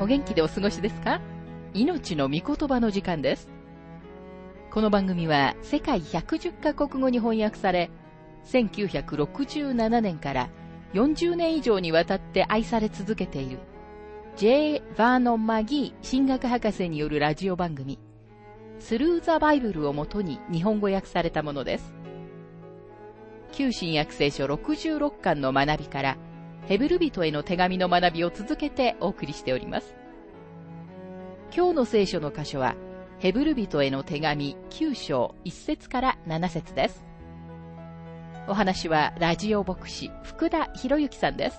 お元気でお過ごしですか？命の御言葉の時間です。この番組は世界110カ国語に翻訳され、1967年から40年以上にわたって愛され続けている J. バーノン・マギー神学博士によるラジオ番組スルー・ザ・バイブルをもとに日本語訳されたものです。旧新約聖書66巻の学びからヘブル人への手紙の学びを続けてお送りしております。今日の聖書の箇所はヘブル人への手紙9章1節から7節です。お話はラジオ牧師福田博之さんです。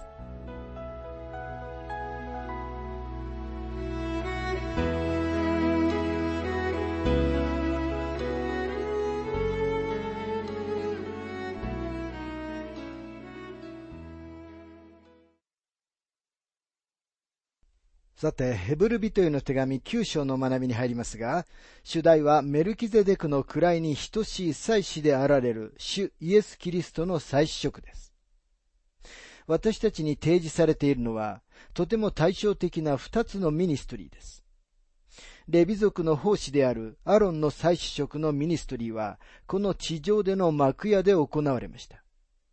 さて、ヘブル人への手紙9章の学びに入りますが、主題はメルキゼデクの位に等しい祭司であられる主イエス・キリストの祭司職です。私たちに提示されているのは、とても対照的な2つのミニストリーです。レビ族の奉仕であるアロンの祭司職のミニストリーは、この地上での幕屋で行われました。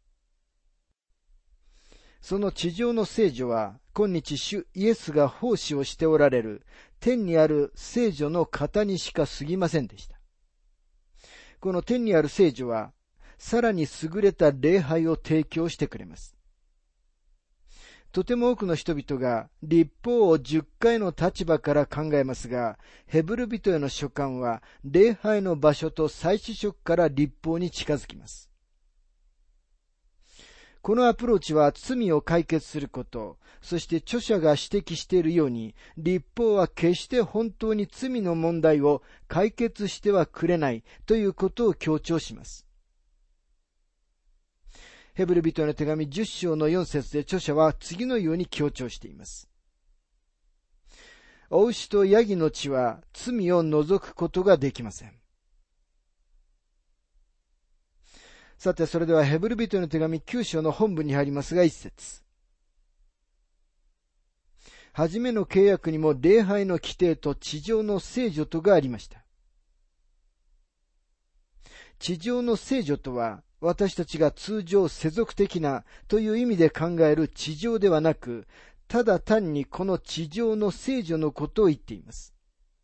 その地上の聖女は、今日主イエスが奉仕をしておられる天にある聖女の型にしか過ぎませんでした。この天にある聖女は、さらに優れた礼拝を提供してくれます。とても多くの人々が律法を10回の立場から考えますが、ヘブル人への書簡は礼拝の場所と祭司職から律法に近づきます。このアプローチは罪を解決すること、そして著者が指摘しているように、律法は決して本当に罪の問題を解決してはくれないということを強調します。ヘブル人への手紙10章の4節で著者は次のように強調しています。お牛とヤギの血は罪を除くことができません。さて、それではヘブル人への手紙9章の本文に入りますが、1節。はじめの契約にも礼拝の規定と地上の聖女とがありました。地上の聖女とは、私たちが通常世俗的なという意味で考える地上ではなく、ただ単にこの地上の聖女のことを言っています。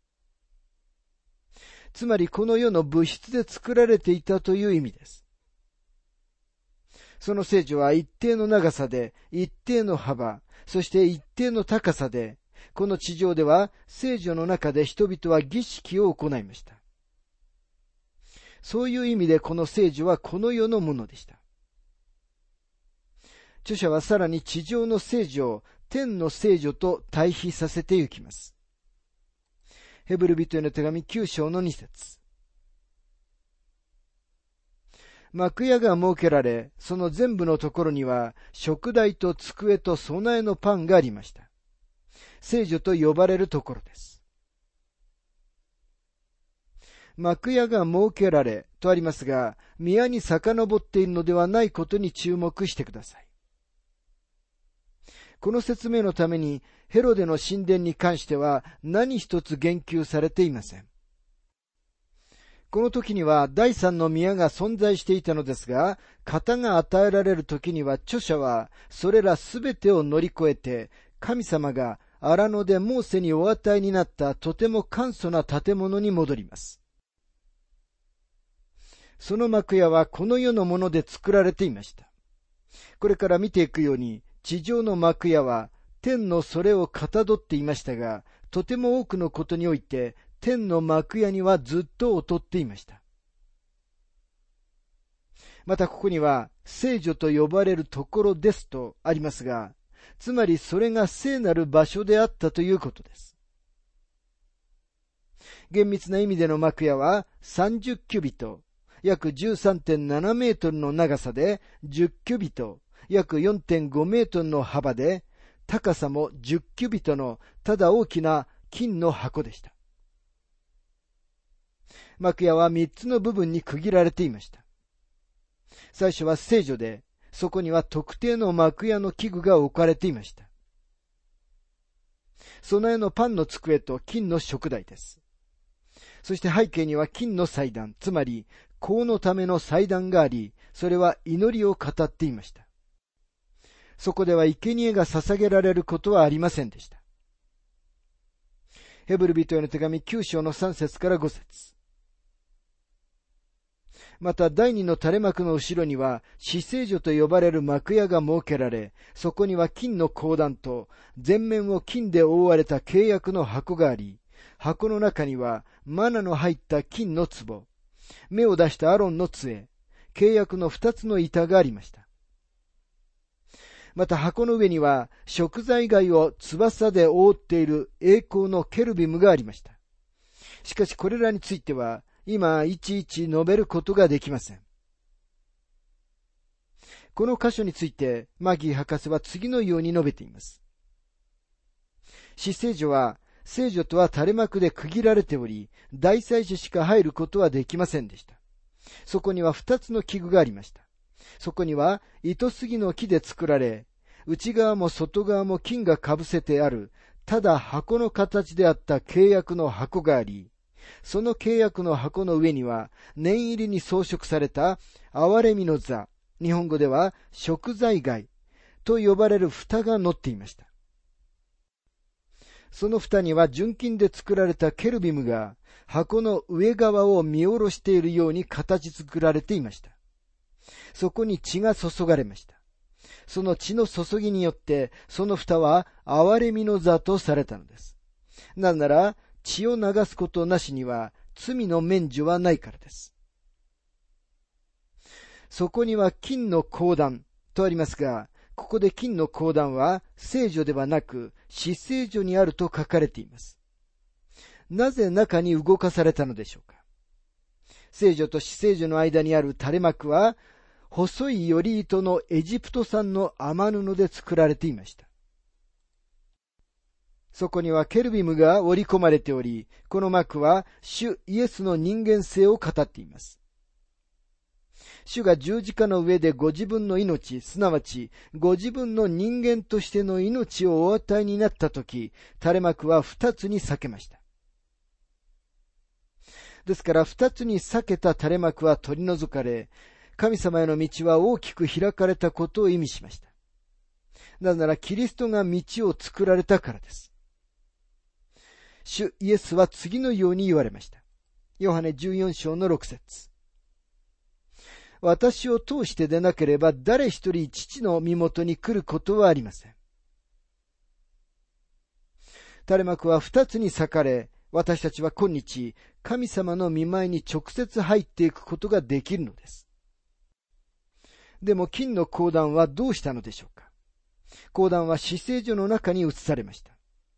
つまりこの世の物質で作られていたという意味です。その聖女は一定の長さで、一定の幅、そして一定の高さで、この地上では聖女の中で人々は儀式を行いました。そういう意味でこの聖女はこの世のものでした。著者はさらに地上の聖女を天の聖女と対比させてゆきます。ヘブル人への手紙9章の2節。幕屋が設けられ、その全部のところには、食台と机と備えのパンがありました。聖女と呼ばれるところです。幕屋が設けられとありますが、宮に遡っているのではないことに注目してください。この説明のために、ヘロデの神殿に関しては何一つ言及されていません。この時には第三の宮が存在していたのですが、型が与えられる時には著者はそれらすべてを乗り越えて、神様が荒野でモーセにお与えになったとても簡素な建物に戻ります。その幕屋はこの世のもので作られていました。これから見ていくように、地上の幕屋は天のそれをかたどっていましたが、とても多くのことにおいて、天の幕屋にはずっと劣っていました。またここには聖女と呼ばれるところですとありますが、つまりそれが聖なる場所であったということです。厳密な意味での幕屋は30キュビト、約 13.7 メートルの長さで、10キュビト、約 4.5 メートルの幅で、高さも10キュビトのただ大きな金の箱でした。幕屋は3つの部分に区切られていました。最初は聖女で、そこには特定の幕屋の器具が置かれていました。 備えのパンの机と金の食台です。そして背景には金の祭壇、つまり香のための祭壇があり、それは祈りを語っていました。そこでは生贄が捧げられることはありませんでした。ヘブル人への手紙9章の3節から5節。また第二の垂れ幕の後ろには至聖所と呼ばれる幕屋が設けられ、そこには金の香壇と全面を金で覆われた契約の箱があり、箱の中にはマナの入った金の壺、芽を出したアロンの杖、契約の2つの板がありました。また箱の上には食材貝を翼で覆っている栄光のケルビムがありました。しかしこれらについては今いちいち述べることができません。この箇所についてマギー博士は次のように述べています。至聖所は聖所とは垂れ幕で区切られており、大祭司しか入ることはできませんでした。そこには2つの器具がありました。そこには糸杉の木で作られ、内側も外側も金がかぶせてある、ただ箱の形であった契約の箱があり、その契約の箱の上には念入りに装飾された憐れみの座、日本語では食材貝と呼ばれる蓋が載っていました。その蓋には純金で作られたケルビムが箱の上側を見下ろしているように形作られていました。そこに血が注がれました。その血の注ぎによってその蓋は憐れみの座とされたのです。なぜなら血を流すことなしには罪の免除はないからです。そこには金の香壇とありますが、ここで金の香壇は聖所ではなく至聖所にあると書かれています。なぜ中に動かされたのでしょうか。聖所と至聖所の間にある垂れ幕は細いより糸のエジプト産の雨布で作られていました。そこにはケルビムが織り込まれており、この幕は主イエスの人間性を語っています。主が十字架の上でご自分の命、すなわちご自分の人間としての命をお与えになったとき、垂れ幕は二つに裂けました。ですから二つに裂けた垂れ幕は取り除かれ、神様への道は大きく開かれたことを意味しました。なぜならキリストが道を作られたからです。主イエスは次のように言われました。ヨハネ14章の6節。私を通してでなければ誰一人父の身元に来ることはありません。垂れ幕は二つに裂かれ、私たちは今日神様の御前に直接入っていくことができるのです。でも金の香壇はどうしたのでしょうか。香壇は至聖所の中に移されました。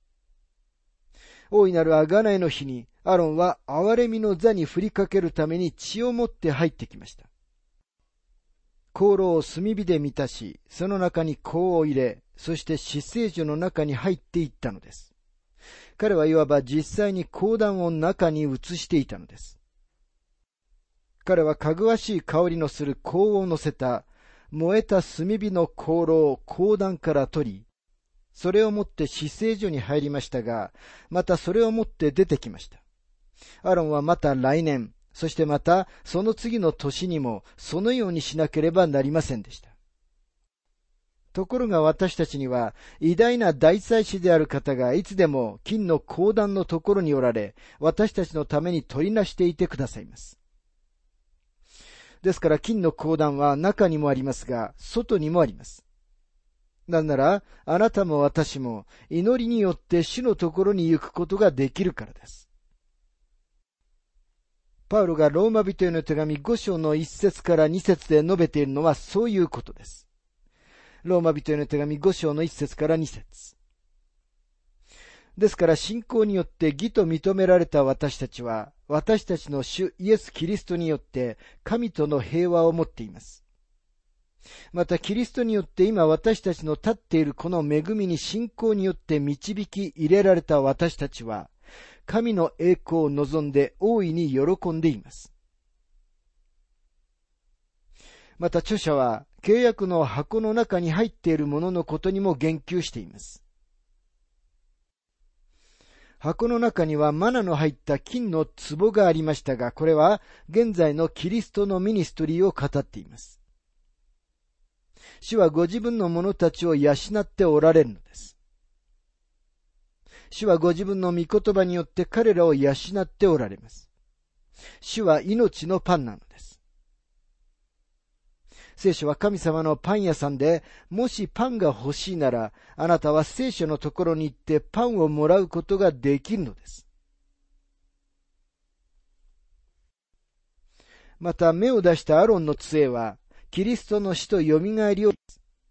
大いなる贖いの日にアロンは憐れみの座に振りかけるために血を持って入ってきました。香炉を炭火で満たし、その中に香を入れ、そして至聖所の中に入っていったのです。彼はいわば実際に香壇を中に移していたのです。彼はかぐわしい香りのする香を乗せた燃えた炭火の香炉を香壇から取り、それを持って至聖所に入りましたが、またそれを持って出てきました。アロンはまた来年、そしてまたその次の年にもそのようにしなければなりませんでした。ところが私たちには偉大な大祭司である方がいつでも金の香壇のところにおられ、私たちのために取りなしていてくださいます。ですから金の香壇は中にもありますが、外にもあります。なんなら、あなたも私も祈りによって主のところに行くことができるからです。パウロがローマ人への手紙5章の1節から2節で述べているのはそういうことです。ローマ人への手紙5章の1節から2節。ですから信仰によって義と認められた私たちは、私たちの主イエス・キリストによって神との平和を持っています。またキリストによって今私たちの立っているこの恵みに信仰によって導き入れられた私たちは、神の栄光を望んで大いに喜んでいます。また著者は契約の箱の中に入っているもののことにも言及しています。 箱の中にはマナの入った金の壺がありましたが、これは現在のキリストのミニストリーを語っています。主はご自分の者たちを養っておられるのです。主はご自分の御言葉によって彼らを養っておられます。主は命のパンなのです。聖書は神様のパン屋さんで、もしパンが欲しいなら、あなたは聖書のところに行ってパンをもらうことができるのです。また、目を出したアロンの杖は、キリストの死とよみがえりを、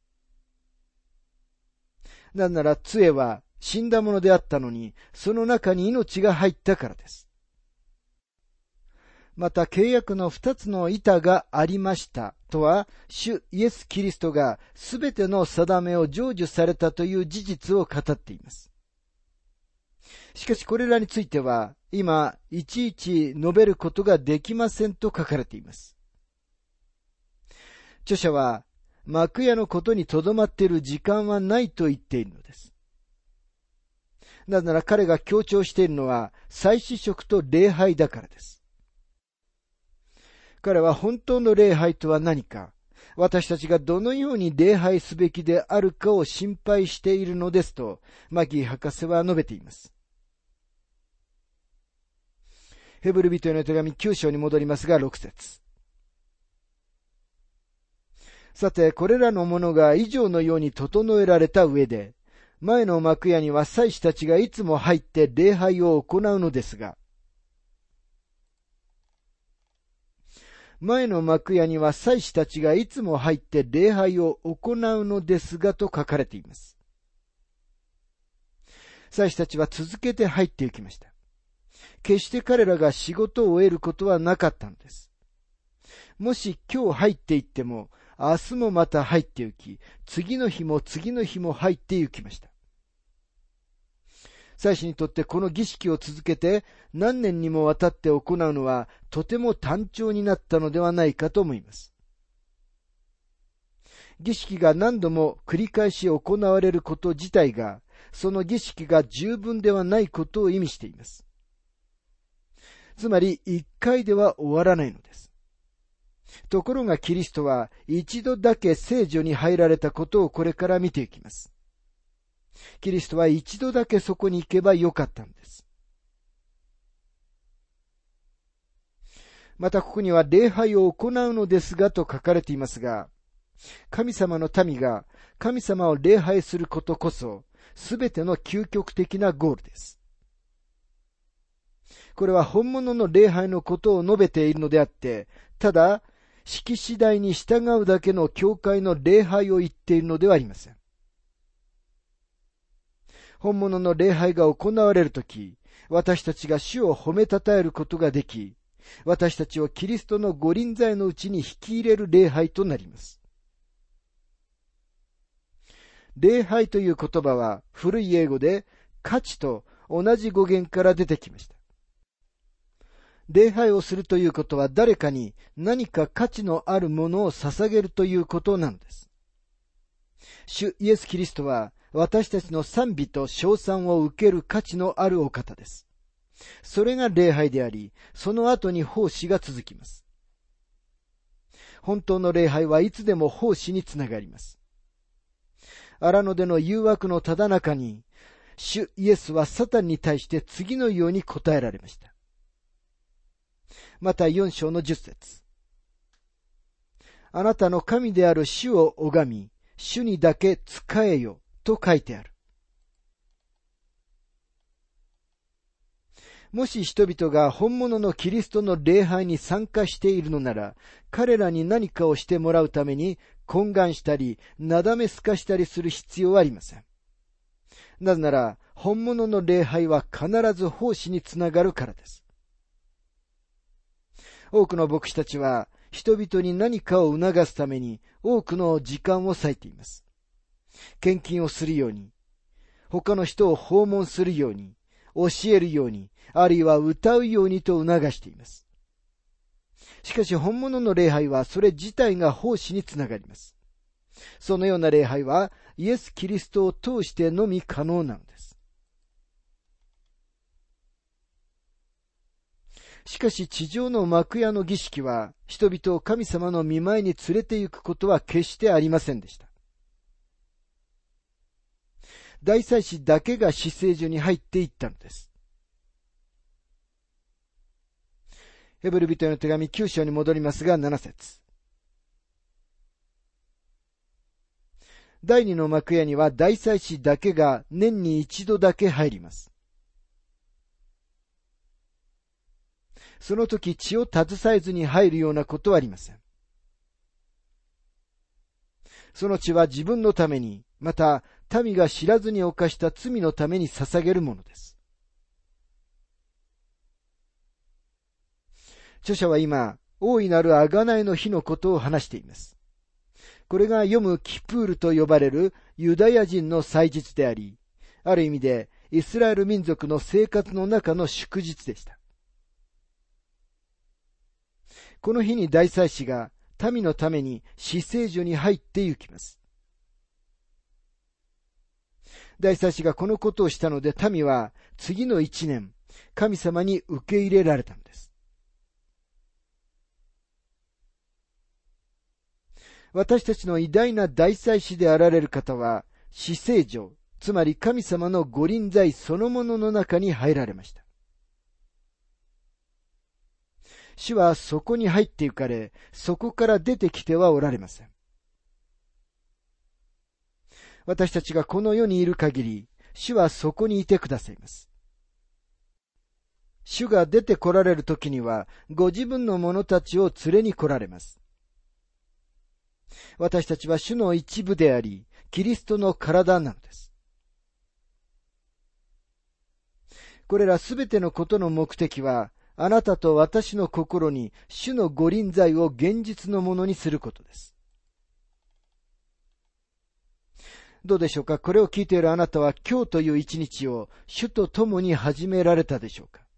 なぜなら杖は死んだものであったのに、その中に命が入ったからです。また契約の2つの板がありましたとは、主イエス・キリストがすべての定めを成就されたという事実を語っています。しかしこれらについては、今、いちいち述べることができませんと書かれています。著者は、幕屋のことにとどまっている時間はないと言っているのです。なぜなら彼が強調しているのは、祭司職と礼拝だからです。彼は本当の礼拝とは何か、私たちがどのように礼拝すべきであるかを心配しているのですと、マギー博士は述べています。ヘブル人への手紙9章に戻りますが、6節。さて、これらのものが以上のように整えられた上で、前の幕屋には祭司たちがいつも入って礼拝を行うのですが、前の幕屋には祭司たちがいつも入って礼拝を行うのですがと書かれています。祭司たちは続けて入っていきました。決して彼らが仕事を終えることはなかったのです。もし今日入っていっても、明日もまた入って行き、次の日も次の日も入って行きました。祭司にとってこの儀式を続けて何年にもわたって行うのはとても単調になったのではないかと思います。儀式が何度も繰り返し行われること自体が、その儀式が十分ではないことを意味しています。つまり一回では終わらないのです。ところがキリストは一度だけ聖所に入られたことをこれから見ていきます。キリストは一度だけそこに行けばよかったんです。またここには礼拝を行うのですがと書かれていますが、神様の民が神様を礼拝することこそ、すべての究極的なゴールです。これは本物の礼拝のことを述べているのであって、ただ、式次第に従うだけの教会の礼拝を言っているのではありません。本物の礼拝が行われるとき、私たちが主を褒めたたえることができ、私たちをキリストの御臨在のうちに引き入れる礼拝となります。礼拝という言葉は古い英語で価値と同じ語源から出てきました。礼拝をするということは誰かに何か価値のあるものを捧げるということなのです。主イエス・キリストは私たちの賛美と称賛を受ける価値のあるお方です。それが礼拝であり、その後に奉仕が続きます。本当の礼拝はいつでも奉仕につながります。荒野での誘惑のただ中に、主イエスはサタンに対して次のように答えられました。また4章の10節。あなたの神である主を拝み、主にだけ仕えよと書いてある。もし人々が本物のキリストの礼拝に参加しているのなら、彼らに何かをしてもらうために懇願したり、なだめすかしたりする必要はありません。なぜなら、本物の礼拝は必ず奉仕につながるからです。多くの牧師たちは、人々に何かを促すために多くの時間を割いています。献金をするように、他の人を訪問するように、教えるように、あるいは歌うようにと促しています。しかし本物の礼拝はそれ自体が奉仕につながります。そのような礼拝はイエス・キリストを通してのみ可能なのです。 しかし地上の幕屋の儀式は、人々を神様の御前に連れて行くことは決してありませんでした。大祭司だけが至聖所に入っていったのです。ヘブル人への手紙9章に戻りますが、7節。第二の幕屋には大祭司だけが年に一度だけ入ります。その時血を携えずに入るようなことはありません。その血は自分のために、また民が知らずに犯した罪のために捧げるものです。著者は今、大いなる贖いの日のことを話しています。これがヨムキプールと呼ばれるユダヤ人の祭日であり、ある意味でイスラエル民族の生活の中の祝日でした。この日に大祭司が民のために至聖所に入って行きます。大祭司がこのことをしたので、民は次の1年、神様に受け入れられたのです。私たちの偉大な大祭司であられる方は、至聖所、つまり神様の御臨在そのものの中に入られました。主はそこに入って行かれ、そこから出てきてはおられません。私たちがこの世にいる限り、主はそこにいてくださいます。主が出て来られる時には、ご自分の者たちを連れに来られます。私たちは主の一部であり、キリストの体なのです。これらすべてのことの目的は、あなたと私の心に主の御臨在を現実のものにすることです。どうでしょうか。これを聞いているあなたは今日という一日を主と共に始められたでしょうか。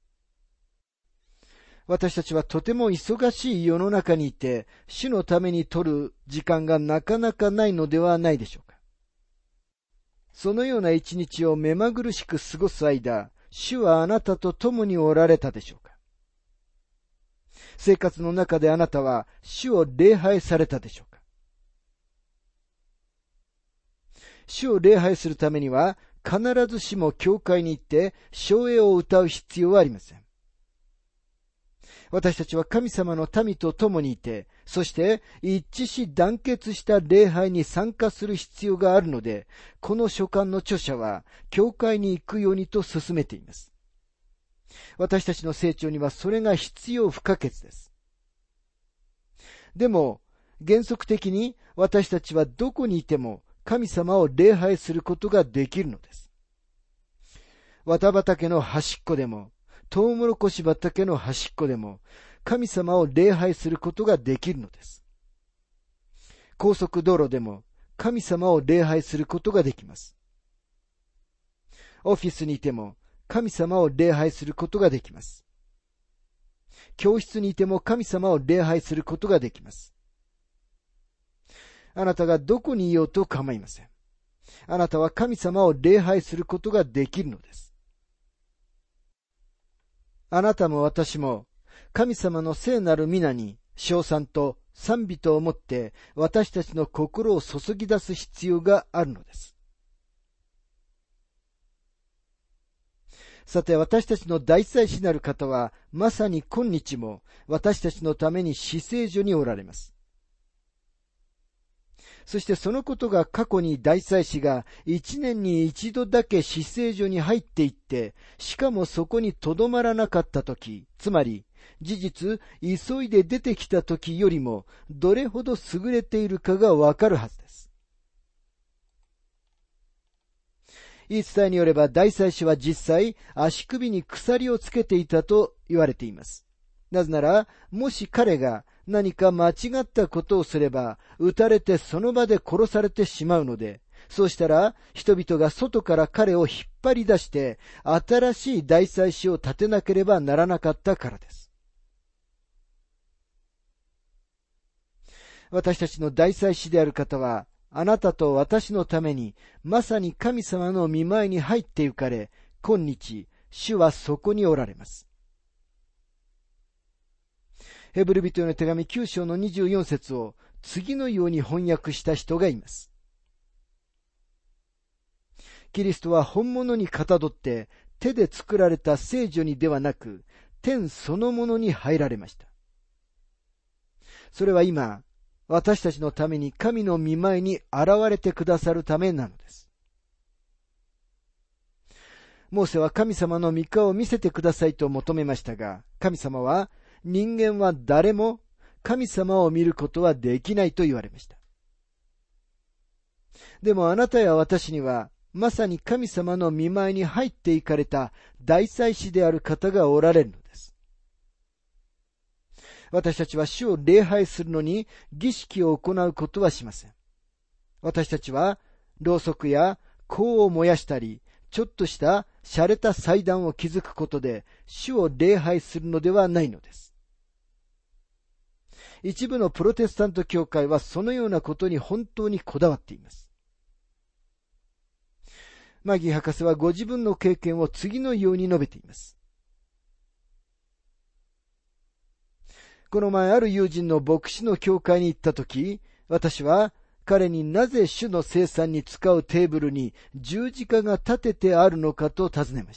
私たちはとても忙しい世の中にいて、主のために取る時間がなかなかないのではないでしょうか。そのような一日を目まぐるしく過ごす間、主はあなたと共におられたでしょうか。生活の中であなたは主を礼拝されたでしょうか。主を礼拝するためには、必ずしも教会に行って唱詠を歌う必要はありません。私たちは神様の民と共にいて、そして一致し団結した礼拝に参加する必要があるので、この書簡の著者は教会に行くようにと勧めています。私たちの成長にはそれが必要不可欠です。でも、原則的に私たちはどこにいても神様を礼拝することができるのです。綿畑の端っこでも、トウモロコシ畑の端っこでも、神様を礼拝することができるのです。高速道路でも、神様を礼拝することができます。オフィスにいても、神様を礼拝することができます。教室にいても神様を礼拝することができます。あなたがどこにいようと構いません。あなたは神様を礼拝することができるのです。あなたも私も神様の聖なる皆に称賛と賛美と思って私たちの心を注ぎ出す必要があるのです。さて、私たちの大祭司なる方はまさに今日も私たちのために至聖所におられます。そしてそのことが過去に大祭司が1年に一度だけ至聖所に入っていって、しかもそこにとどまらなかったとき、つまり事実急いで出てきたときよりもどれほど優れているかがわかるはずです。言い伝えによれば大祭司は実際足首に鎖をつけていたと言われています。なぜなら、もし彼が何か間違ったことをすれば、撃たれてその場で殺されてしまうので、そうしたら人々が外から彼を引っ張り出して、新しい大祭司を立てなければならなかったからです。私たちの大祭司である方は、あなたと私のために、まさに神様の御前に入って行かれ、今日、主はそこにおられます。 ヘブル人への手紙9章の24節を次のように翻訳した人がいます。キリストは本物にかたどって手で作られた聖女にではなく、天そのものに入られました。それは今、私たちのために神の御前に現れてくださるためなのです。モーセは神様の御顔を見せてくださいと求めましたが、神様は人間は誰も神様を見ることはできないと言われました。でもあなたや私にはまさに神様の御前に入っていかれた大祭司である方がおられるのです。私たちは主を礼拝するのに儀式を行うことはしません。私たちはろうそくや香を燃やしたり、ちょっとした洒落た祭壇を築くことで主を礼拝するのではないのです。一部のプロテスタント教会はそのようなことに本当にこだわっています。マギー博士はご自分の経験を次のように述べています。この前ある友人の牧師の教会に行ったとき、私は彼になぜ主の聖餐に使うテーブルに十字架が立ててあるのかと尋ねました。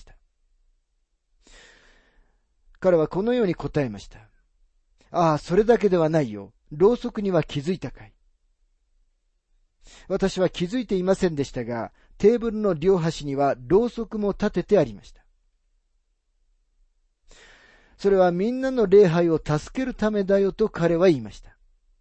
彼はこのように答えました。ああ、それだけではないよ。ろうそくには気づいたかい。私は気づいていませんでしたが、テーブルの両端にはろうそくも立ててありました。それはみんなの礼拝を助けるためだよと彼は言いました。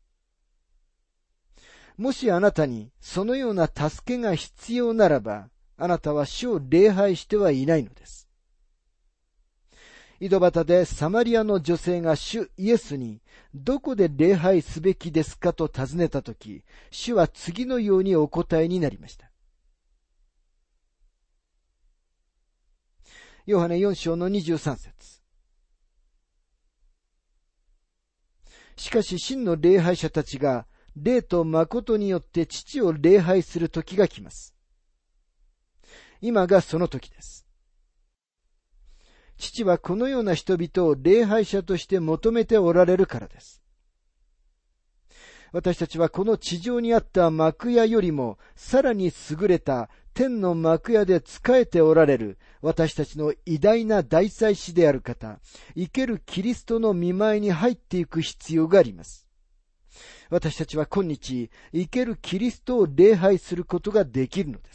もしあなたにそのような助けが必要ならば、あなたは主を礼拝してはいないのです。井戸端でサマリアの女性が主イエスにどこで礼拝すべきですかと尋ねたとき、主は次のようにお答えになりました。ヨハネ4章の23節。しかし真の礼拝者たちが霊と誠によって父を礼拝する時が来ます。今がその時です。父はこのような人々を礼拝者として求めておられるからです。私たちはこの地上にあった幕屋よりもさらに優れた天の幕屋で仕えておられる私たちの偉大な大祭司である方、生けるキリストの御前に入っていく必要があります。私たちは今日、生けるキリストを礼拝することができるのです。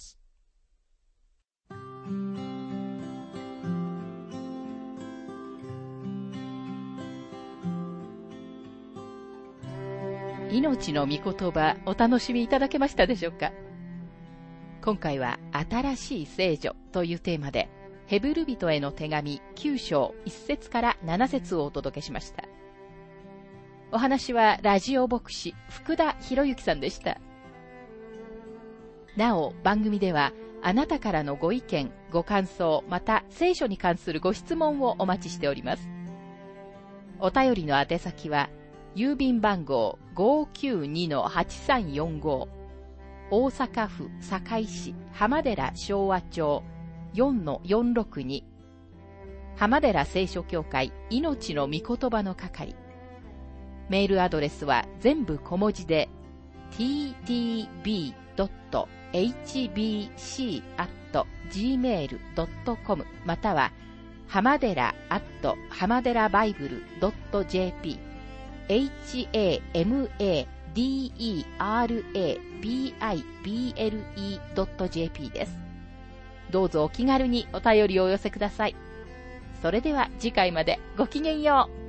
命の御言葉、お楽しみいただけましたでしょうか。今回は新しい聖女というテーマで、ヘブル人への手紙9章1節から7節をお届けしました。お話はラジオ牧師福田博之さんでした。なお、番組ではあなたからのご意見、ご感想、また聖書に関するご質問をお待ちしております。お便りの宛先は、郵便番号 592-8345 大阪府堺市浜寺昭和町 4-462 浜寺聖書協会命の御言葉の係。メールアドレスは全部小文字で ttb.hbc@gmail.com または浜寺@hamaderabible.jp hamaderabible.jp です。どうぞお気軽にお便りをお寄せください。それでは次回までごきげんよう。